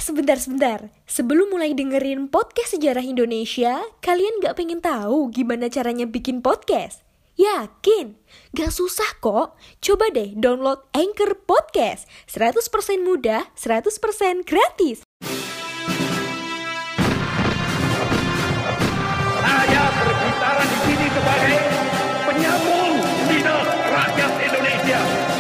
Sebentar. Sebelum mulai dengerin podcast sejarah Indonesia, kalian gak pengen tahu gimana caranya bikin podcast? Yakin? Gak susah kok. Coba deh download Anchor Podcast. 100% mudah, 100% gratis. Saya berbicara di sini sebagai penyambung lidah rakyat Indonesia.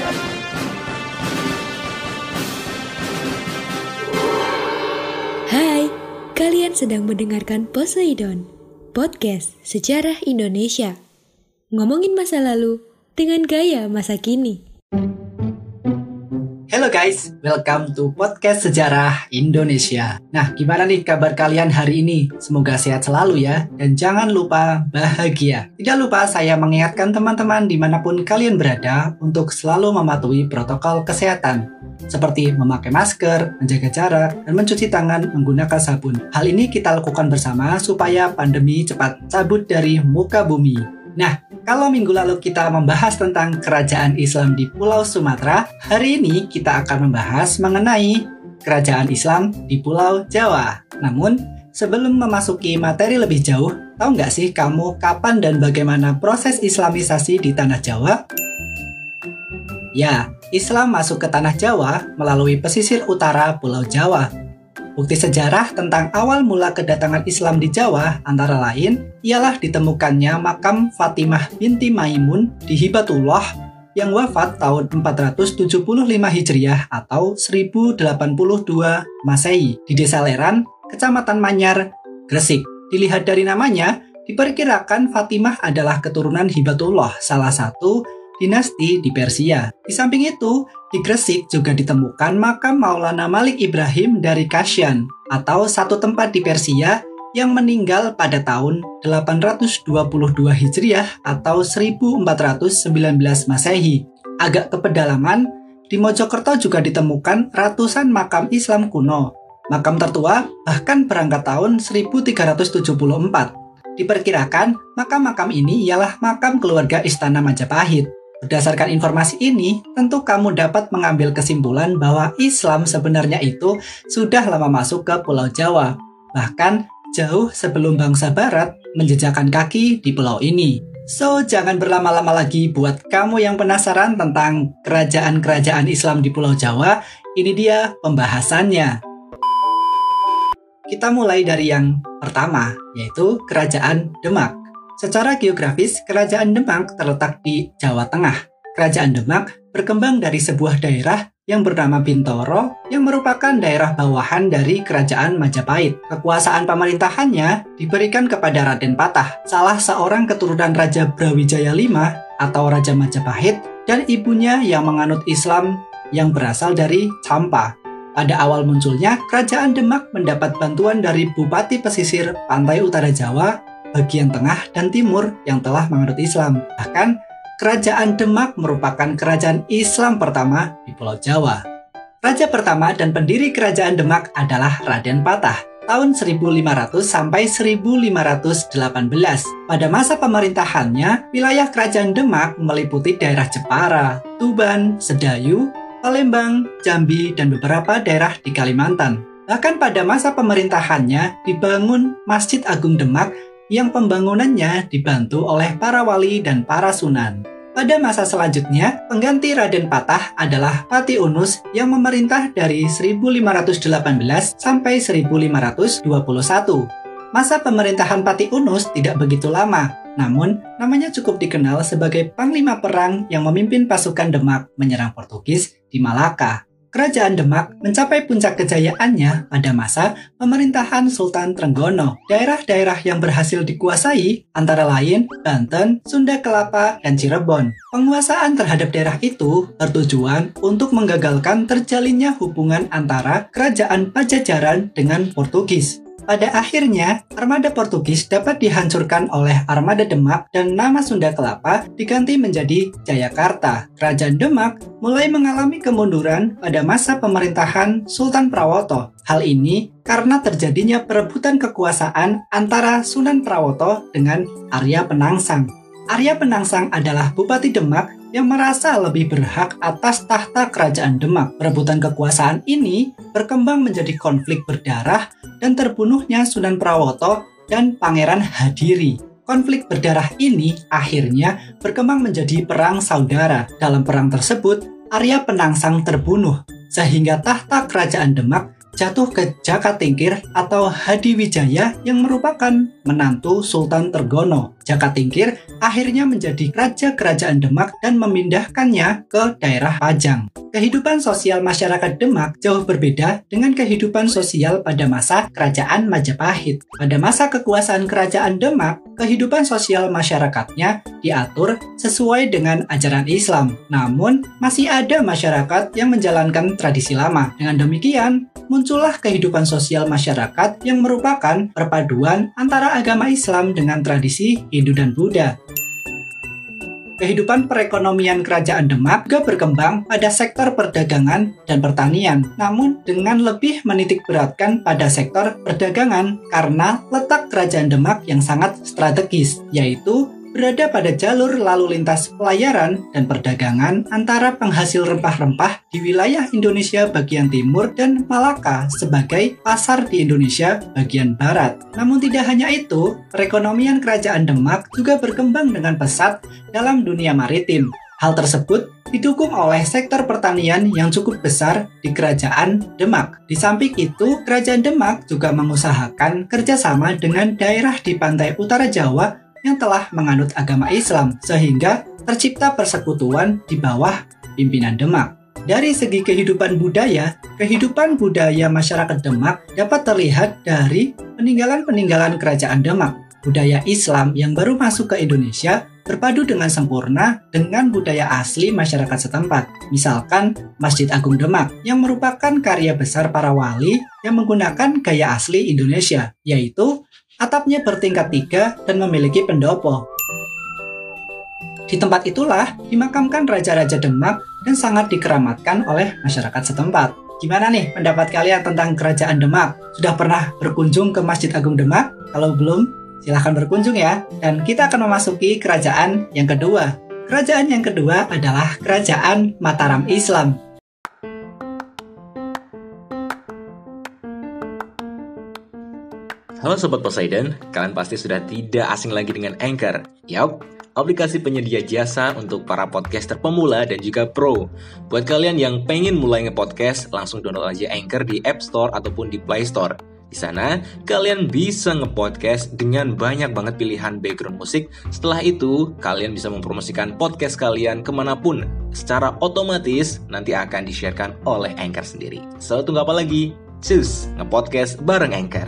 Hai, kalian sedang mendengarkan Poseidon, podcast sejarah Indonesia. Ngomongin masa lalu dengan gaya masa kini. Halo guys, welcome to podcast sejarah Indonesia. Nah, gimana nih kabar kalian hari ini? Semoga sehat selalu ya, dan jangan lupa bahagia. Tidak lupa saya mengingatkan teman-teman dimanapun kalian berada untuk selalu mematuhi protokol kesehatan, seperti memakai masker, menjaga jarak, dan mencuci tangan menggunakan sabun. Hal ini kita lakukan bersama supaya pandemi cepat cabut dari muka bumi. Nah, kalau minggu lalu kita membahas tentang kerajaan Islam di Pulau Sumatera, hari ini kita akan membahas mengenai kerajaan Islam di Pulau Jawa. Namun, sebelum memasuki materi lebih jauh, tahu nggak sih kamu kapan dan bagaimana proses Islamisasi di Tanah Jawa? Ya, Islam masuk ke Tanah Jawa melalui pesisir utara Pulau Jawa. Bukti sejarah tentang awal mula kedatangan Islam di Jawa antara lain ialah ditemukannya makam Fatimah binti Maimun di Hibatullah yang wafat tahun 475 Hijriah atau 1082 Masehi di Desa Leran, Kecamatan Manyar, Gresik. Dilihat dari namanya, diperkirakan Fatimah adalah keturunan Hibatullah, salah satu dinasti di Persia. Di samping itu, di Gresik juga ditemukan makam Maulana Malik Ibrahim dari Kasyan, atau satu tempat di Persia yang meninggal pada tahun 822 Hijriah atau 1419 Masehi. Agak ke pedalaman, di Mojokerto juga ditemukan ratusan makam Islam kuno. Makam tertua bahkan berangkat tahun 1374. Diperkirakan makam-makam ini ialah makam keluarga Istana Majapahit. Berdasarkan informasi ini, tentu kamu dapat mengambil kesimpulan bahwa Islam sebenarnya itu sudah lama masuk ke Pulau Jawa, bahkan jauh sebelum bangsa Barat menjejakkan kaki di pulau ini. So, jangan berlama-lama lagi buat kamu yang penasaran tentang kerajaan-kerajaan Islam di Pulau Jawa, ini dia pembahasannya. Kita mulai dari yang pertama, yaitu Kerajaan Demak. Secara geografis, Kerajaan Demak terletak di Jawa Tengah. Kerajaan Demak berkembang dari sebuah daerah yang bernama Bintoro yang merupakan daerah bawahan dari Kerajaan Majapahit. Kekuasaan pemerintahannya diberikan kepada Raden Patah, salah seorang keturunan Raja Brawijaya V atau Raja Majapahit, dan ibunya yang menganut Islam yang berasal dari Campa. Pada awal munculnya, Kerajaan Demak mendapat bantuan dari Bupati Pesisir Pantai Utara Jawa, bagian tengah dan timur yang telah menganut Islam. Bahkan, Kerajaan Demak merupakan kerajaan Islam pertama di Pulau Jawa. Raja pertama dan pendiri Kerajaan Demak adalah Raden Patah, tahun 1500 sampai 1518. Pada masa pemerintahannya, wilayah Kerajaan Demak meliputi daerah Jepara, Tuban, Sedayu, Palembang, Jambi, dan beberapa daerah di Kalimantan. Bahkan pada masa pemerintahannya dibangun Masjid Agung Demak yang pembangunannya dibantu oleh para wali dan para sunan. Pada masa selanjutnya, pengganti Raden Patah adalah Pati Unus yang memerintah dari 1518 sampai 1521. Masa pemerintahan Pati Unus tidak begitu lama, namun namanya cukup dikenal sebagai Panglima Perang yang memimpin pasukan Demak menyerang Portugis di Malaka. Kerajaan Demak mencapai puncak kejayaannya pada masa pemerintahan Sultan Trenggono. Daerah-daerah yang berhasil dikuasai antara lain Banten, Sunda Kelapa, dan Cirebon. Penguasaan terhadap daerah itu bertujuan untuk menggagalkan terjalinnya hubungan antara Kerajaan Pajajaran dengan Portugis. Pada akhirnya, armada Portugis dapat dihancurkan oleh armada Demak dan nama Sunda Kelapa diganti menjadi Jayakarta. Kerajaan Demak mulai mengalami kemunduran pada masa pemerintahan Sultan Prawoto. Hal ini karena terjadinya perebutan kekuasaan antara Sunan Prawoto dengan Arya Penangsang. Arya Penangsang adalah Bupati Demak yang merasa lebih berhak atas tahta kerajaan Demak. Perebutan kekuasaan ini berkembang menjadi konflik berdarah dan terbunuhnya Sunan Prawoto dan Pangeran Hadiri. Konflik berdarah ini akhirnya berkembang menjadi perang saudara. Dalam perang tersebut, Arya Penangsang terbunuh, sehingga tahta kerajaan Demak jatuh ke Jaka Tingkir atau Hadiwijaya yang merupakan menantu Sultan Tergono. Jaka Tingkir akhirnya menjadi raja kerajaan Demak dan memindahkannya ke daerah Pajang. Kehidupan sosial masyarakat Demak jauh berbeda dengan kehidupan sosial pada masa Kerajaan Majapahit. Pada masa kekuasaan Kerajaan Demak, kehidupan sosial masyarakatnya diatur sesuai dengan ajaran Islam. Namun, masih ada masyarakat yang menjalankan tradisi lama. Dengan demikian, muncullah kehidupan sosial masyarakat yang merupakan perpaduan antara agama Islam dengan tradisi Hindu dan Buddha. Kehidupan perekonomian Kerajaan Demak juga berkembang pada sektor perdagangan dan pertanian, namun dengan lebih menitik beratkan pada sektor perdagangan karena letak Kerajaan Demak yang sangat strategis, yaitu berada pada jalur lalu lintas pelayaran dan perdagangan antara penghasil rempah-rempah di wilayah Indonesia bagian timur dan Malaka sebagai pasar di Indonesia bagian barat. Namun tidak hanya itu, perekonomian Kerajaan Demak juga berkembang dengan pesat dalam dunia maritim. Hal tersebut didukung oleh sektor pertanian yang cukup besar di Kerajaan Demak. Di samping itu, Kerajaan Demak juga mengusahakan kerjasama dengan daerah di pantai utara Jawa yang telah menganut agama Islam, sehingga tercipta persekutuan di bawah pimpinan Demak. Dari segi kehidupan budaya masyarakat Demak dapat terlihat dari peninggalan-peninggalan Kerajaan Demak. Budaya Islam yang baru masuk ke Indonesia berpadu dengan sempurna dengan budaya asli masyarakat setempat. Misalkan Masjid Agung Demak yang merupakan karya besar para wali yang menggunakan gaya asli Indonesia, yaitu atapnya bertingkat 3 dan memiliki pendopo. Di tempat itulah dimakamkan raja-raja Demak dan sangat dikeramatkan oleh masyarakat setempat. Gimana nih pendapat kalian tentang Kerajaan Demak? Sudah pernah berkunjung ke Masjid Agung Demak? Kalau belum, silahkan berkunjung ya. Dan kita akan memasuki kerajaan yang kedua. Kerajaan yang kedua adalah Kerajaan Mataram Islam. Halo Sobat Poseidon, kalian pasti sudah tidak asing lagi dengan Anchor. Yap, aplikasi penyedia jasa untuk para podcaster pemula dan juga pro. Buat kalian yang pengen mulai nge-podcast, langsung download aja Anchor di App Store ataupun di Play Store. Di sana, kalian bisa nge-podcast dengan banyak banget pilihan background musik. Setelah itu, kalian bisa mempromosikan podcast kalian kemanapun. Secara otomatis, nanti akan di-sharekan oleh Anchor sendiri. So, tunggu apa lagi? Cus, nge-podcast bareng Anchor.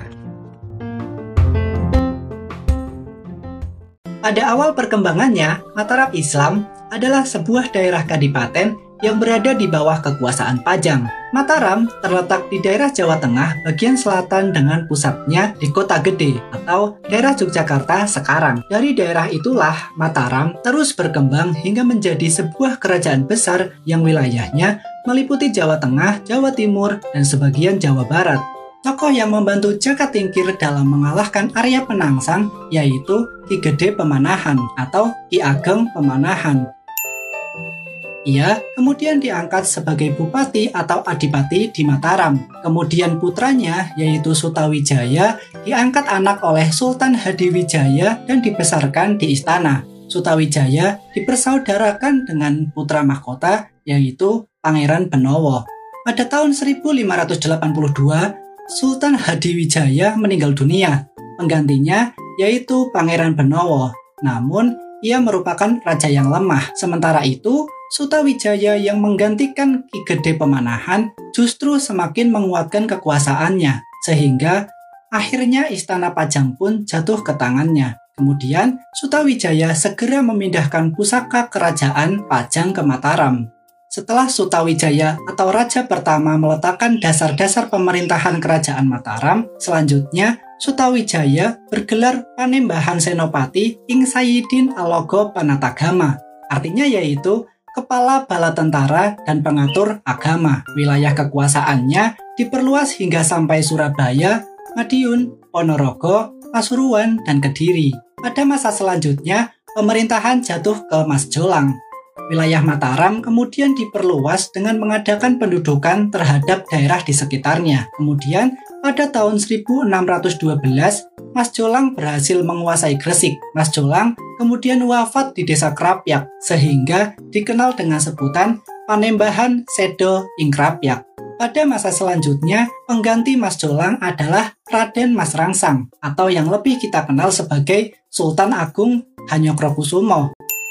Pada awal perkembangannya, Mataram Islam adalah sebuah daerah kadipaten yang berada di bawah kekuasaan Pajang. Mataram terletak di daerah Jawa Tengah bagian selatan dengan pusatnya di Kota Gede atau daerah Yogyakarta sekarang. Dari daerah itulah Mataram terus berkembang hingga menjadi sebuah kerajaan besar yang wilayahnya meliputi Jawa Tengah, Jawa Timur, dan sebagian Jawa Barat. Tokoh yang membantu Jaka Tingkir dalam mengalahkan Arya Penangsang yaitu Ki Gede Pemanahan atau Ki Ageng Pemanahan. Ia kemudian diangkat sebagai bupati atau adipati di Mataram. Kemudian putranya yaitu Sutawijaya diangkat anak oleh Sultan Hadiwijaya dan dibesarkan di istana. Sutawijaya dipersaudarakan dengan putra mahkota yaitu Pangeran Benowo. Pada tahun 1582, Sultan Hadiwijaya meninggal dunia. Penggantinya yaitu Pangeran Benowo. Namun, ia merupakan raja yang lemah. Sementara itu, Sutawijaya yang menggantikan Ki Gede Pemanahan justru semakin menguatkan kekuasaannya. Sehingga akhirnya istana Pajang pun jatuh ke tangannya. Kemudian, Sutawijaya segera memindahkan pusaka kerajaan Pajang ke Mataram. Setelah Sutawijaya atau Raja pertama meletakkan dasar-dasar pemerintahan Kerajaan Mataram, selanjutnya Sutawijaya bergelar Panembahan Senopati ing Sayyidin Alogo Panatagama. Artinya yaitu Kepala Bala Tentara dan Pengatur Agama. Wilayah kekuasaannya diperluas hingga sampai Surabaya, Madiun, Ponorogo, Pasuruan, dan Kediri. Pada masa selanjutnya, pemerintahan jatuh ke Mas Jolang. Wilayah Mataram kemudian diperluas dengan mengadakan pendudukan terhadap daerah di sekitarnya. Kemudian, pada tahun 1612, Mas Jolang berhasil menguasai Gresik. Mas Jolang kemudian wafat di desa Krapyak, sehingga dikenal dengan sebutan Panembahan Sedo ing Krapyak. Pada masa selanjutnya, pengganti Mas Jolang adalah Raden Mas Rangsang, atau yang lebih kita kenal sebagai Sultan Agung Hanyokrokusumo.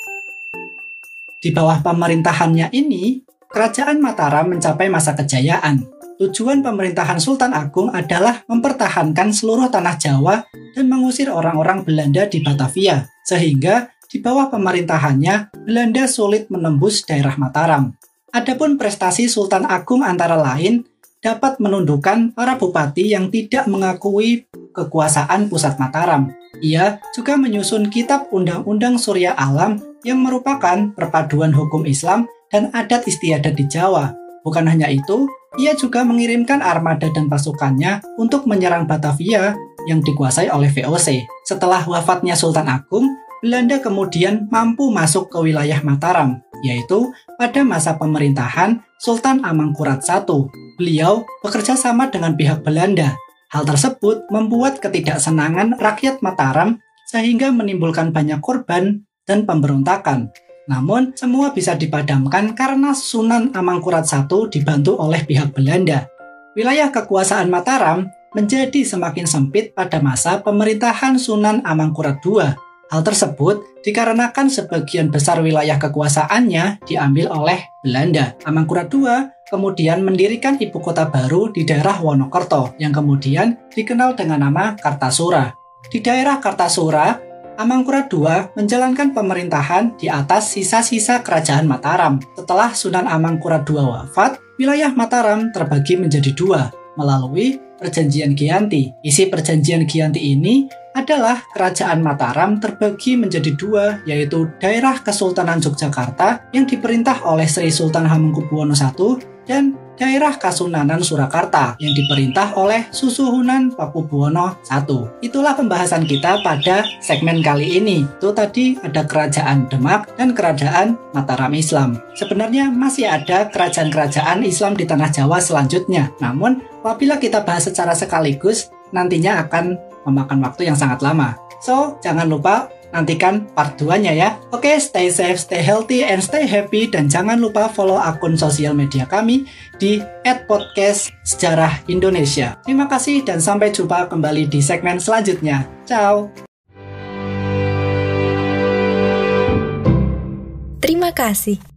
Di bawah pemerintahannya ini, Kerajaan Mataram mencapai masa kejayaan. Tujuan pemerintahan Sultan Agung adalah mempertahankan seluruh tanah Jawa dan mengusir orang-orang Belanda di Batavia, sehingga di bawah pemerintahannya, Belanda sulit menembus daerah Mataram. Adapun prestasi Sultan Agung antara lain dapat menundukkan para bupati yang tidak mengakui kekuasaan pusat Mataram. Ia juga menyusun kitab Undang-Undang Surya Alam yang merupakan perpaduan hukum Islam dan adat istiadat di Jawa. Bukan hanya itu, ia juga mengirimkan armada dan pasukannya untuk menyerang Batavia yang dikuasai oleh VOC. Setelah wafatnya Sultan Agung, Belanda kemudian mampu masuk ke wilayah Mataram, yaitu pada masa pemerintahan Sultan Amangkurat I. Beliau bekerja sama dengan pihak Belanda. Hal tersebut membuat ketidaksenangan rakyat Mataram sehingga menimbulkan banyak korban dan pemberontakan. Namun, semua bisa dipadamkan karena Sunan Amangkurat I dibantu oleh pihak Belanda. Wilayah kekuasaan Mataram menjadi semakin sempit pada masa pemerintahan Sunan Amangkurat II. Hal tersebut dikarenakan sebagian besar wilayah kekuasaannya diambil oleh Belanda. Amangkurat II kemudian mendirikan ibu kota baru di daerah Wonokerto yang kemudian dikenal dengan nama Kartasura. Di daerah Kartasura, Amangkurat II menjalankan pemerintahan di atas sisa-sisa kerajaan Mataram. Setelah Sunan Amangkurat II wafat, wilayah Mataram terbagi menjadi dua melalui Perjanjian Giyanti. Isi Perjanjian Giyanti ini adalah kerajaan Mataram terbagi menjadi dua, yaitu daerah Kesultanan Yogyakarta yang diperintah oleh Sri Sultan Hamengkubuwono I dan daerah Kasunanan Surakarta yang diperintah oleh Susuhunan Pakubuwono I. Itulah pembahasan kita pada segmen kali ini. Itu tadi ada kerajaan Demak dan kerajaan Mataram Islam. Sebenarnya masih ada kerajaan-kerajaan Islam di tanah Jawa selanjutnya. Namun, apabila kita bahas secara sekaligus, nantinya akan memakan waktu yang sangat lama. So, jangan lupa nantikan part 2-nya ya. Oke, stay safe, stay healthy, and stay happy. Dan jangan lupa follow akun sosial media kami di @podcastsejarah_Indonesia. Terima kasih dan sampai jumpa kembali di segmen selanjutnya. Ciao! Terima kasih.